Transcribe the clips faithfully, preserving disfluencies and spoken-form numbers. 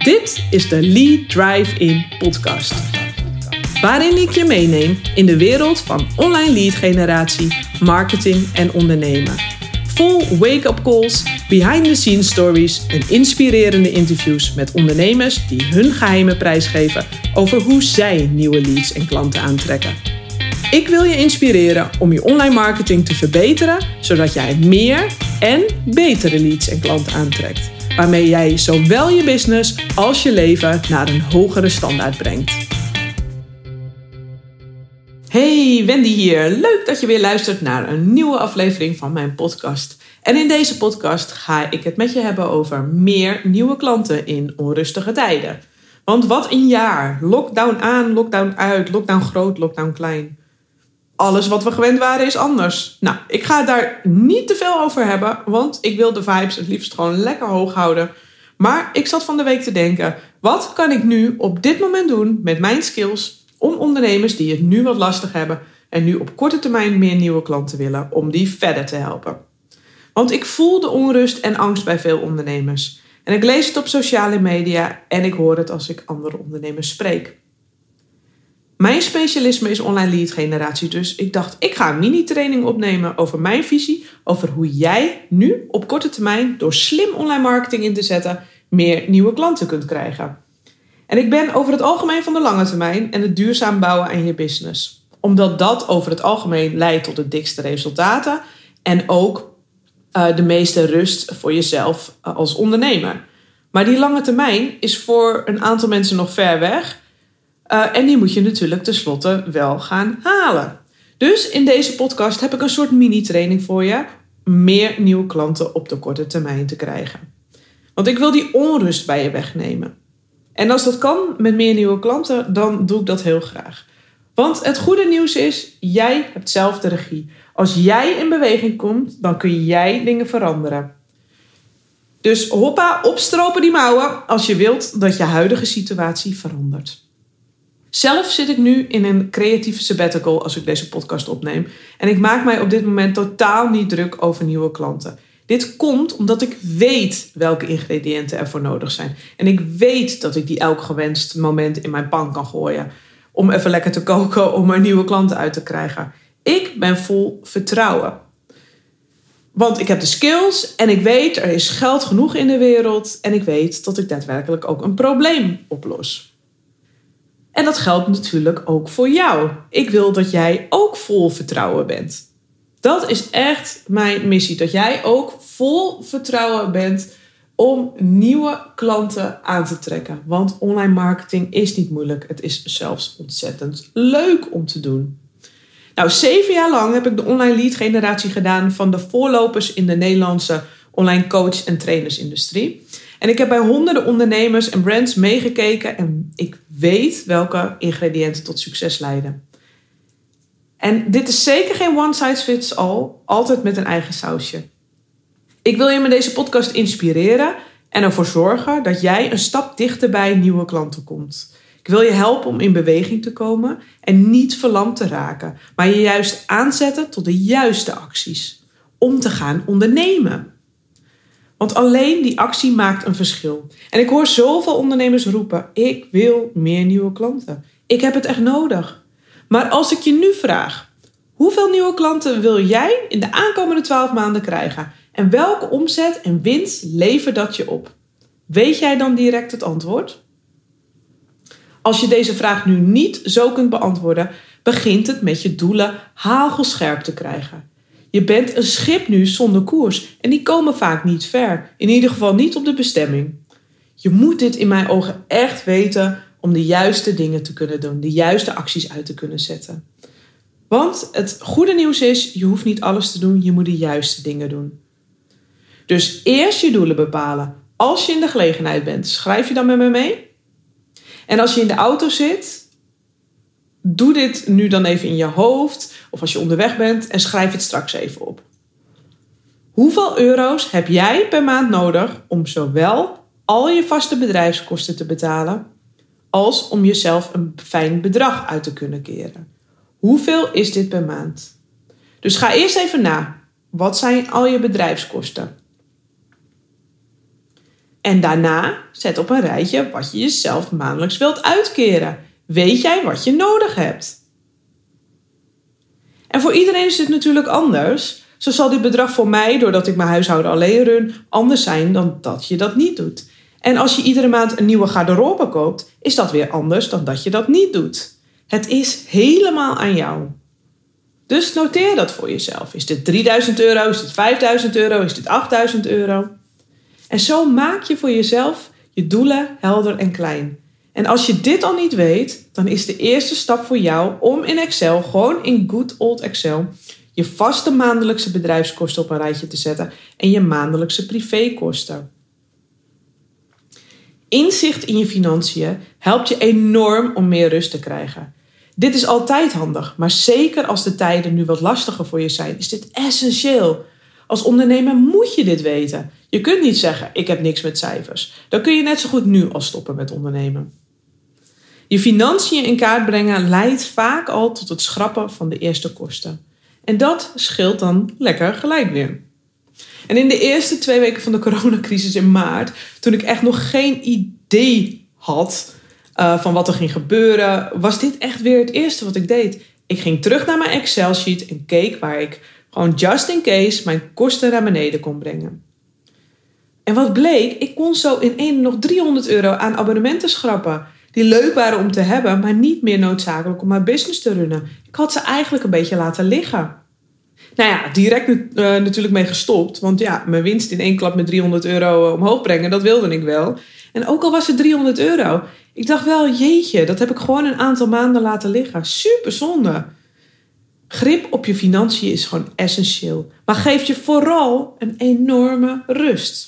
Dit is de Lead Drive-In podcast, waarin ik je meeneem in de wereld van online lead generatie, marketing en ondernemen. Vol wake-up calls, behind-the-scenes stories en inspirerende interviews met ondernemers die hun geheime prijs geven over hoe zij nieuwe leads en klanten aantrekken. Ik wil je inspireren om je online marketing te verbeteren, zodat jij meer en betere leads en klanten aantrekt, waarmee jij zowel je business als je leven naar een hogere standaard brengt. Hey, Wendy hier. Leuk dat je weer luistert naar een nieuwe aflevering van mijn podcast. En in deze podcast ga ik het met je hebben over meer nieuwe klanten in onrustige tijden. Want wat een jaar. Lockdown aan, lockdown uit, lockdown groot, lockdown klein. Alles wat we gewend waren is anders. Nou, ik ga het daar niet te veel over hebben, want ik wil de vibes het liefst gewoon lekker hoog houden. Maar ik zat van de week te denken, wat kan ik nu op dit moment doen met mijn skills om ondernemers die het nu wat lastig hebben en nu op korte termijn meer nieuwe klanten willen, om die verder te helpen. Want ik voel de onrust en angst bij veel ondernemers. En ik lees het op sociale media en ik hoor het als ik andere ondernemers spreek. Mijn specialisme is online lead generatie, dus ik dacht ik ga een mini-training opnemen over mijn visie, over hoe jij nu op korte termijn door slim online marketing in te zetten meer nieuwe klanten kunt krijgen. En ik ben over het algemeen van de lange termijn en het duurzaam bouwen aan je business. Omdat dat over het algemeen leidt tot de dikste resultaten en ook uh, de meeste rust voor jezelf uh, als ondernemer. Maar die lange termijn is voor een aantal mensen nog ver weg. Uh, en die moet je natuurlijk tenslotte wel gaan halen. Dus in deze podcast heb ik een soort mini-training voor je. Meer nieuwe klanten op de korte termijn te krijgen. Want ik wil die onrust bij je wegnemen. En als dat kan met meer nieuwe klanten, dan doe ik dat heel graag. Want het goede nieuws is, jij hebt zelf de regie. Als jij in beweging komt, dan kun jij dingen veranderen. Dus hoppa, opstropen die mouwen als je wilt dat je huidige situatie verandert. Zelf zit ik nu in een creatieve sabbatical als ik deze podcast opneem. En ik maak mij op dit moment totaal niet druk over nieuwe klanten. Dit komt omdat ik weet welke ingrediënten ervoor nodig zijn. En ik weet dat ik die elk gewenst moment in mijn pan kan gooien. Om even lekker te koken, om er nieuwe klanten uit te krijgen. Ik ben vol vertrouwen. Want ik heb de skills en ik weet er is geld genoeg in de wereld. En ik weet dat ik daadwerkelijk ook een probleem oplos. En dat geldt natuurlijk ook voor jou. Ik wil dat jij ook vol vertrouwen bent. Dat is echt mijn missie. Dat jij ook vol vertrouwen bent om nieuwe klanten aan te trekken. Want online marketing is niet moeilijk. Het is zelfs ontzettend leuk om te doen. Nou, zeven jaar lang heb ik de online lead generatie gedaan van de voorlopers in de Nederlandse online coach- en trainersindustrie. En ik heb bij honderden ondernemers en brands meegekeken en ik weet welke ingrediënten tot succes leiden. En dit is zeker geen one size fits all, altijd met een eigen sausje. Ik wil je met deze podcast inspireren en ervoor zorgen dat jij een stap dichter bij nieuwe klanten komt. Ik wil je helpen om in beweging te komen en niet verlamd te raken, maar je juist aanzetten tot de juiste acties om te gaan ondernemen. Want alleen die actie maakt een verschil. En ik hoor zoveel ondernemers roepen, ik wil meer nieuwe klanten. Ik heb het echt nodig. Maar als ik je nu vraag, hoeveel nieuwe klanten wil jij in de aankomende twaalf maanden krijgen? En welke omzet en winst levert dat je op? Weet jij dan direct het antwoord? Als je deze vraag nu niet zo kunt beantwoorden, begint het met je doelen hagelscherp te krijgen. Je bent een schip nu zonder koers en die komen vaak niet ver. In ieder geval niet op de bestemming. Je moet dit in mijn ogen echt weten om de juiste dingen te kunnen doen. De juiste acties uit te kunnen zetten. Want het goede nieuws is, je hoeft niet alles te doen. Je moet de juiste dingen doen. Dus eerst je doelen bepalen. Als je in de gelegenheid bent, schrijf je dan met me mee. En als je in de auto zit, doe dit nu dan even in je hoofd of als je onderweg bent en schrijf het straks even op. Hoeveel euro's heb jij per maand nodig om zowel al je vaste bedrijfskosten te betalen als om jezelf een fijn bedrag uit te kunnen keren? Hoeveel is dit per maand? Dus ga eerst even na. Wat zijn al je bedrijfskosten? En daarna zet op een rijtje wat je jezelf maandelijks wilt uitkeren. Weet jij wat je nodig hebt? En voor iedereen is dit natuurlijk anders. Zo zal dit bedrag voor mij, doordat ik mijn huishouden alleen run, anders zijn dan dat je dat niet doet. En als je iedere maand een nieuwe garderobe koopt, is dat weer anders dan dat je dat niet doet. Het is helemaal aan jou. Dus noteer dat voor jezelf. Is dit drieduizend euro? Is dit vijfduizend euro? Is dit achtduizend euro? En zo maak je voor jezelf je doelen helder en klein. En als je dit al niet weet, dan is de eerste stap voor jou om in Excel, gewoon in good old Excel, je vaste maandelijkse bedrijfskosten op een rijtje te zetten en je maandelijkse privékosten. Inzicht in je financiën helpt je enorm om meer rust te krijgen. Dit is altijd handig, maar zeker als de tijden nu wat lastiger voor je zijn, is dit essentieel. Als ondernemer moet je dit weten. Je kunt niet zeggen, ik heb niks met cijfers. Dan kun je net zo goed nu al stoppen met ondernemen. Je financiën in kaart brengen leidt vaak al tot het schrappen van de eerste kosten. En dat scheelt dan lekker gelijk weer. En in de eerste twee weken van de coronacrisis in maart, toen ik echt nog geen idee had uh, van wat er ging gebeuren, was dit echt weer het eerste wat ik deed. Ik ging terug naar mijn Excel-sheet en keek waar ik gewoon just in case mijn kosten naar beneden kon brengen. En wat bleek, ik kon zo in één nog driehonderd euro aan abonnementen schrappen. Die leuk waren om te hebben, maar niet meer noodzakelijk om mijn business te runnen. Ik had ze eigenlijk een beetje laten liggen. Nou ja, direct uh, natuurlijk mee gestopt. Want ja, mijn winst in één klap met driehonderd euro omhoog brengen, dat wilde ik wel. En ook al was het driehonderd euro. Ik dacht wel, jeetje, dat heb ik gewoon een aantal maanden laten liggen. Super zonde. Grip op je financiën is gewoon essentieel. Maar geeft je vooral een enorme rust.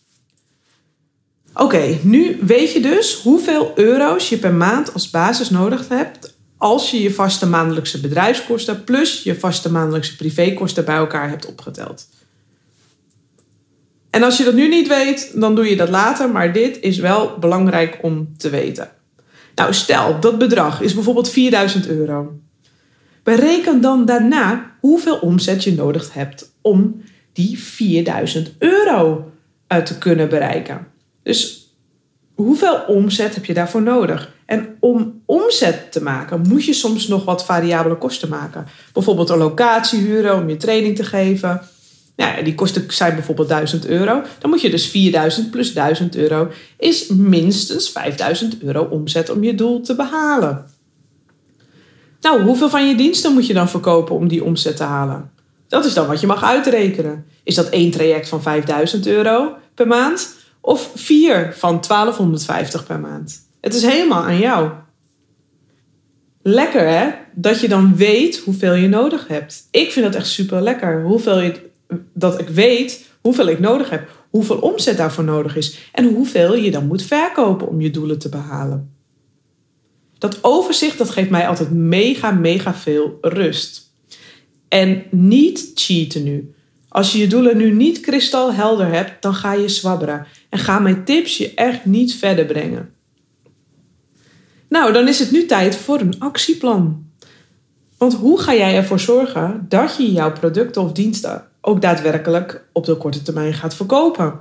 Oké, okay, nu weet je dus hoeveel euro's je per maand als basis nodig hebt als je je vaste maandelijkse bedrijfskosten plus je vaste maandelijkse privékosten bij elkaar hebt opgeteld. En als je dat nu niet weet, dan doe je dat later, maar dit is wel belangrijk om te weten. Nou, stel dat bedrag is bijvoorbeeld vierduizend euro. Bereken dan daarna hoeveel omzet je nodig hebt om die vierduizend euro te kunnen bereiken. Dus hoeveel omzet heb je daarvoor nodig? En om omzet te maken moet je soms nog wat variabele kosten maken. Bijvoorbeeld een locatie huren om je training te geven. Nou, die kosten zijn bijvoorbeeld duizend euro. Dan moet je dus vierduizend plus duizend euro is minstens vijfduizend euro omzet om je doel te behalen. Nou, hoeveel van je diensten moet je dan verkopen om die omzet te halen? Dat is dan wat je mag uitrekenen. Is dat één traject van vijfduizend euro per maand? Of vier van twaalfhonderdvijftig per maand? Het is helemaal aan jou. Lekker hè? Dat je dan weet hoeveel je nodig hebt. Ik vind dat echt super lekker. Hoeveel je, dat ik weet hoeveel ik nodig heb. Hoeveel omzet daarvoor nodig is. En hoeveel je dan moet verkopen om je doelen te behalen. Dat overzicht dat geeft mij altijd mega, mega veel rust. En niet cheaten nu. Als je je doelen nu niet kristalhelder hebt, dan ga je zwabberen. En gaan mijn tips je echt niet verder brengen. Nou, dan is het nu tijd voor een actieplan. Want hoe ga jij ervoor zorgen dat je jouw producten of diensten ook daadwerkelijk op de korte termijn gaat verkopen?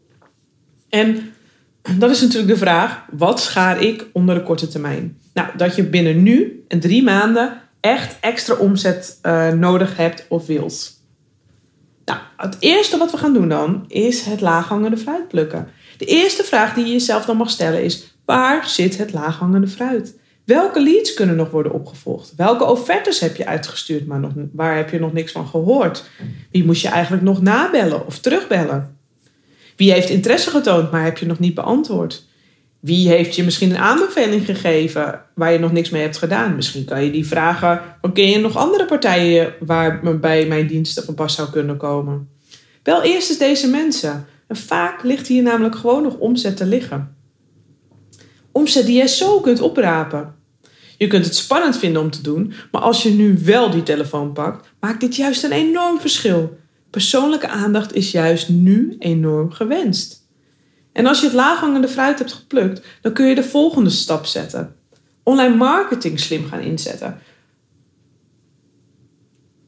En dat is natuurlijk de vraag, wat schaar ik onder de korte termijn? Nou, dat je binnen nu en drie maanden echt extra omzet uh, nodig hebt of wilt. Nou, het eerste wat we gaan doen dan is het laaghangende fruit plukken. De eerste vraag die je jezelf dan mag stellen is, waar zit het laaghangende fruit? Welke leads kunnen nog worden opgevolgd? Welke offertes heb je uitgestuurd, maar nog, waar heb je nog niks van gehoord? Wie moest je eigenlijk nog nabellen of terugbellen? Wie heeft interesse getoond, maar heb je nog niet beantwoord? Wie heeft je misschien een aanbeveling gegeven waar je nog niks mee hebt gedaan? Misschien kan je die vragen, dan ken je nog andere partijen waarbij mijn diensten van pas zou kunnen komen. Bel eerst eens deze mensen. En vaak ligt hier namelijk gewoon nog omzet te liggen. Omzet die je zo kunt oprapen. Je kunt het spannend vinden om te doen, maar als je nu wel die telefoon pakt, maakt dit juist een enorm verschil. Persoonlijke aandacht is juist nu enorm gewenst. En als je het laaghangende fruit hebt geplukt, dan kun je de volgende stap zetten. Online marketing slim gaan inzetten.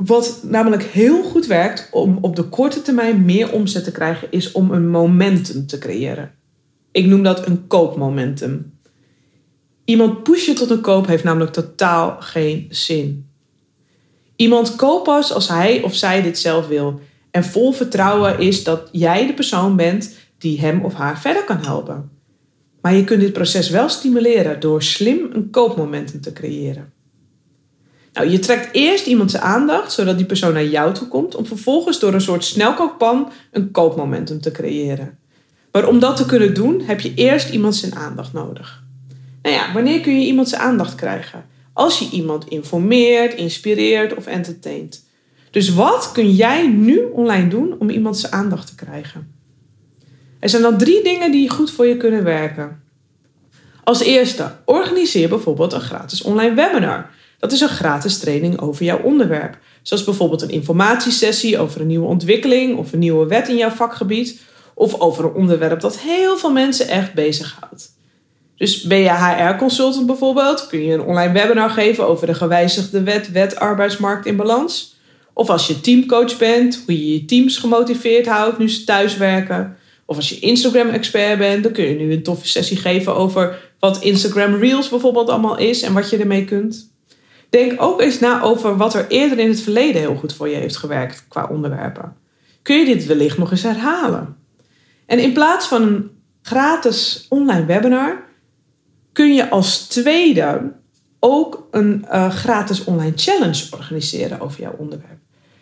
wat namelijk heel goed werkt om op de korte termijn meer omzet te krijgen, is om een momentum te creëren. Ik noem dat een koopmomentum. Iemand pushen tot een koop heeft namelijk totaal geen zin. Iemand koopt pas als hij of zij dit zelf wil. En vol vertrouwen is dat jij de persoon bent die hem of haar verder kan helpen. Maar je kunt dit proces wel stimuleren door slim een koopmomentum te creëren. Nou, je trekt eerst iemand zijn aandacht, zodat die persoon naar jou toe komt, om vervolgens door een soort snelkookpan een koopmomentum te creëren. Maar om dat te kunnen doen, heb je eerst iemand zijn aandacht nodig. Nou ja, wanneer kun je iemand zijn aandacht krijgen? Als je iemand informeert, inspireert of entertaint. Dus wat kun jij nu online doen om iemand zijn aandacht te krijgen? Er zijn dan drie dingen die goed voor je kunnen werken. Als eerste, organiseer bijvoorbeeld een gratis online webinar. Dat is een gratis training over jouw onderwerp. Zoals bijvoorbeeld een informatiesessie over een nieuwe ontwikkeling of een nieuwe wet in jouw vakgebied. Of over een onderwerp dat heel veel mensen echt bezighoudt. Dus ben je H R-consultant bijvoorbeeld, kun je een online webinar geven over de gewijzigde wet, wet arbeidsmarkt in balans. Of als je teamcoach bent, hoe je je teams gemotiveerd houdt nu ze thuiswerken. Of als je Instagram-expert bent, dan kun je nu een toffe sessie geven over wat Instagram Reels bijvoorbeeld allemaal is en wat je ermee kunt. Denk ook eens na over wat er eerder in het verleden heel goed voor je heeft gewerkt qua onderwerpen. Kun je dit wellicht nog eens herhalen? En in plaats van een gratis online webinar kun je als tweede ook een uh, gratis online challenge organiseren over jouw onderwerp.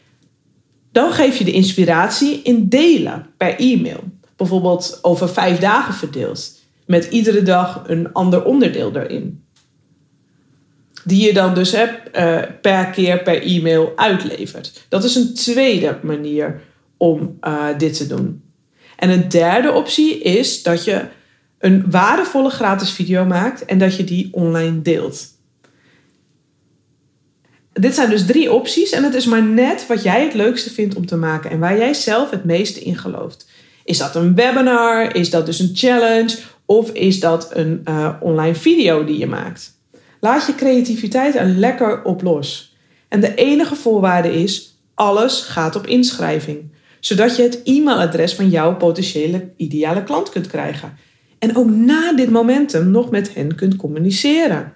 Dan geef je de inspiratie in delen per e-mail. Bijvoorbeeld over vijf dagen verdeeld. Met iedere dag een ander onderdeel erin. Die je dan dus hebt, uh, per keer per e-mail uitlevert. Dat is een tweede manier om uh, dit te doen. En een derde optie is dat je een waardevolle gratis video maakt en dat je die online deelt. Dit zijn dus drie opties en het is maar net wat jij het leukste vindt om te maken en waar jij zelf het meeste in gelooft. Is dat een webinar? Is dat dus een challenge? Of is dat een uh, online video die je maakt? Laat je creativiteit er lekker op los. En de enige voorwaarde is, alles gaat op inschrijving. Zodat je het e-mailadres van jouw potentiële ideale klant kunt krijgen. En ook na dit momentum nog met hen kunt communiceren.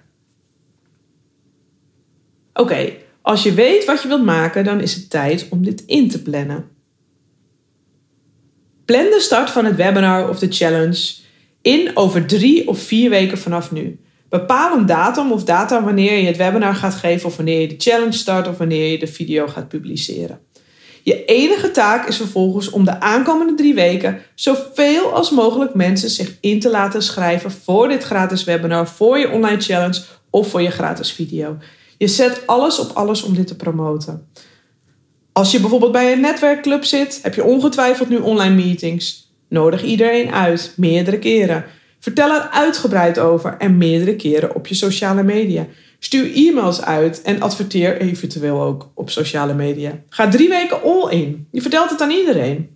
Oké, okay, als je weet wat je wilt maken, dan is het tijd om dit in te plannen. Plan de start van het webinar of de challenge in over drie of vier weken vanaf nu. Bepaal een datum of data wanneer je het webinar gaat geven of wanneer je de challenge start of wanneer je de video gaat publiceren. Je enige taak is vervolgens om de aankomende drie weken zoveel als mogelijk mensen zich in te laten schrijven voor dit gratis webinar, voor je online challenge of voor je gratis video. Je zet alles op alles om dit te promoten. Als je bijvoorbeeld bij een netwerkclub zit, heb je ongetwijfeld nu online meetings. Nodig iedereen uit, meerdere keren. Vertel er uitgebreid over en meerdere keren op je sociale media. Stuur e-mails uit en adverteer eventueel ook op sociale media. Ga drie weken all in. Je vertelt het aan iedereen.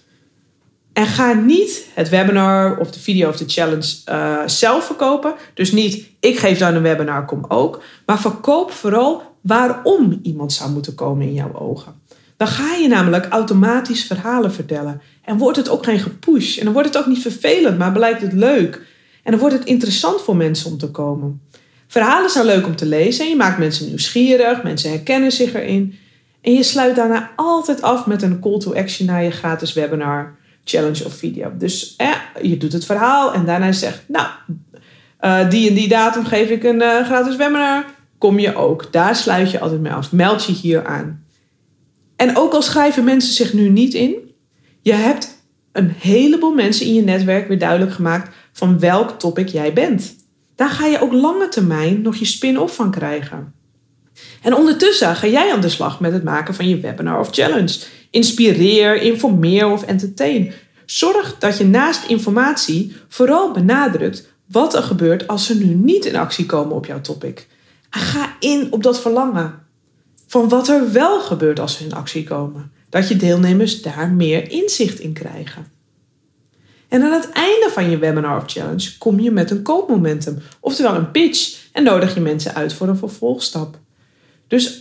En ga niet het webinar of de video of de challenge uh, zelf verkopen. Dus niet, ik geef dan een webinar, kom ook. Maar verkoop vooral waarom iemand zou moeten komen in jouw ogen. Dan ga je namelijk automatisch verhalen vertellen. En wordt het ook geen gepush. En dan wordt het ook niet vervelend, maar blijkt het leuk. En dan wordt het interessant voor mensen om te komen. Verhalen zijn leuk om te lezen. En je maakt mensen nieuwsgierig. Mensen herkennen zich erin. En je sluit daarna altijd af met een call to action naar je gratis webinar, challenge of video. Dus eh, je doet het verhaal en daarna zegt, nou, uh, die en die datum geef ik een uh, gratis webinar. Kom je ook. Daar sluit je altijd mee af. Meld je hier aan. En ook al schrijven mensen zich nu niet in, je hebt een heleboel mensen in je netwerk weer duidelijk gemaakt van welk topic jij bent. Daar ga je ook lange termijn nog je spin-off van krijgen. En ondertussen ga jij aan de slag met het maken van je webinar of challenge. Inspireer, informeer of entertain. Zorg dat je naast informatie vooral benadrukt wat er gebeurt als ze nu niet in actie komen op jouw topic. En ga in op dat verlangen van wat er wel gebeurt als ze in actie komen. Dat je deelnemers daar meer inzicht in krijgen. En aan het einde van je webinar of challenge kom je met een koopmomentum, oftewel een pitch, en nodig je mensen uit voor een vervolgstap. Dus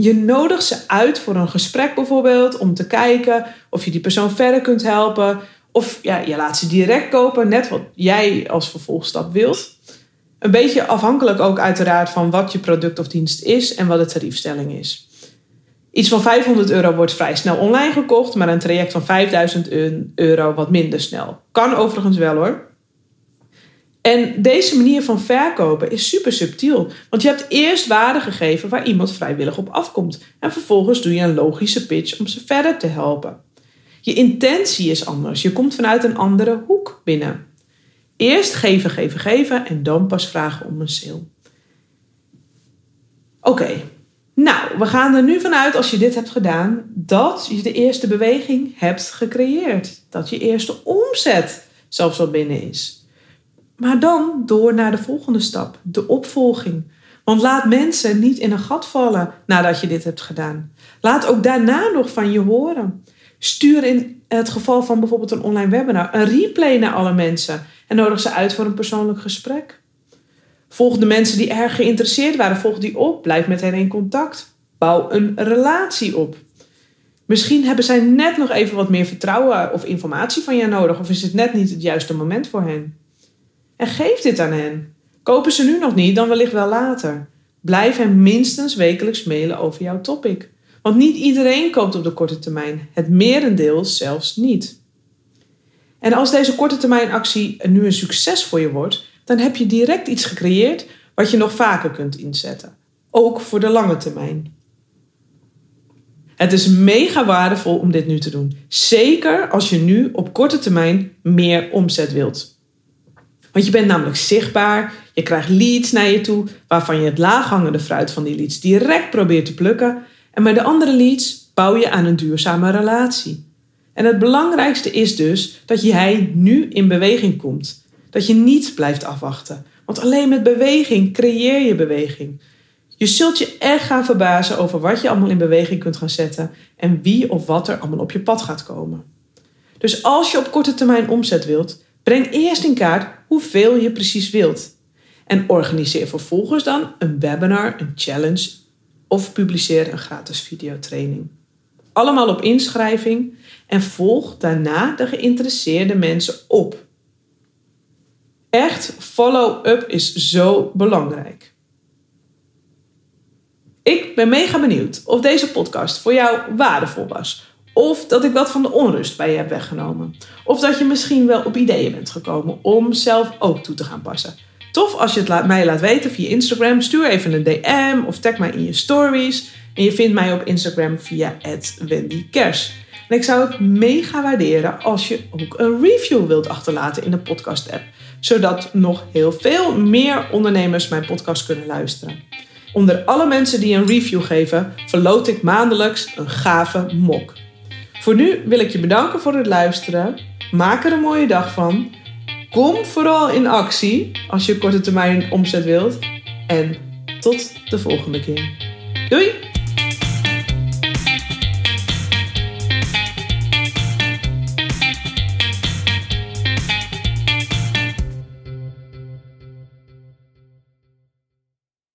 Je nodigt ze uit voor een gesprek bijvoorbeeld, om te kijken of je die persoon verder kunt helpen. Of ja, je laat ze direct kopen, net wat jij als vervolgstap wilt. Een beetje afhankelijk ook uiteraard van wat je product of dienst is en wat de tariefstelling is. Iets van vijfhonderd euro wordt vrij snel online gekocht, maar een traject van vijfduizend euro wat minder snel. Kan overigens wel hoor. En deze manier van verkopen is super subtiel. Want je hebt eerst waarde gegeven waar iemand vrijwillig op afkomt. En vervolgens doe je een logische pitch om ze verder te helpen. Je intentie is anders. Je komt vanuit een andere hoek binnen. Eerst geven, geven, geven en dan pas vragen om een sale. Oké, okay. Nou, we gaan er nu vanuit als je dit hebt gedaan, dat je de eerste beweging hebt gecreëerd. Dat je eerste omzet zelfs al binnen is. Maar dan door naar de volgende stap, de opvolging. Want laat mensen niet in een gat vallen nadat je dit hebt gedaan. Laat ook daarna nog van je horen. Stuur in het geval van bijvoorbeeld een online webinar een replay naar alle mensen en nodig ze uit voor een persoonlijk gesprek. Volg de mensen die erg geïnteresseerd waren, volg die op. Blijf met hen in contact. Bouw een relatie op. Misschien hebben zij net nog even wat meer vertrouwen of informatie van jou nodig, of is het net niet het juiste moment voor hen. En geef dit aan hen. Kopen ze nu nog niet, dan wellicht wel later. Blijf hen minstens wekelijks mailen over jouw topic. Want niet iedereen koopt op de korte termijn. Het merendeel zelfs niet. En als deze korte termijn actie nu een succes voor je wordt, dan heb je direct iets gecreëerd wat je nog vaker kunt inzetten. Ook voor de lange termijn. Het is mega waardevol om dit nu te doen. Zeker als je nu op korte termijn meer omzet wilt. Want je bent namelijk zichtbaar, je krijgt leads naar je toe, waarvan je het laaghangende fruit van die leads direct probeert te plukken. En met de andere leads bouw je aan een duurzame relatie. En het belangrijkste is dus dat jij nu in beweging komt. Dat je niet blijft afwachten. Want alleen met beweging creëer je beweging. Je zult je echt gaan verbazen over wat je allemaal in beweging kunt gaan zetten en wie of wat er allemaal op je pad gaat komen. Dus als je op korte termijn omzet wilt, breng eerst in kaart hoeveel je precies wilt. En organiseer vervolgens dan een webinar, een challenge of publiceer een gratis videotraining. Allemaal op inschrijving en volg daarna de geïnteresseerde mensen op. Echt, follow-up is zo belangrijk. Ik ben mega benieuwd of deze podcast voor jou waardevol was. Of dat ik wat van de onrust bij je heb weggenomen. Of dat je misschien wel op ideeën bent gekomen om zelf ook toe te gaan passen. Tof als je het mij laat weten via Instagram. Stuur even een D M of tag mij in je stories. En je vindt mij op Instagram via at wendy kers. En ik zou het mega waarderen als je ook een review wilt achterlaten in de podcast app. Zodat nog heel veel meer ondernemers mijn podcast kunnen luisteren. Onder alle mensen die een review geven, verloot ik maandelijks een gave mok. Voor nu wil ik je bedanken voor het luisteren. Maak er een mooie dag van. Kom vooral in actie als je korte termijn omzet wilt. En tot de volgende keer. Doei!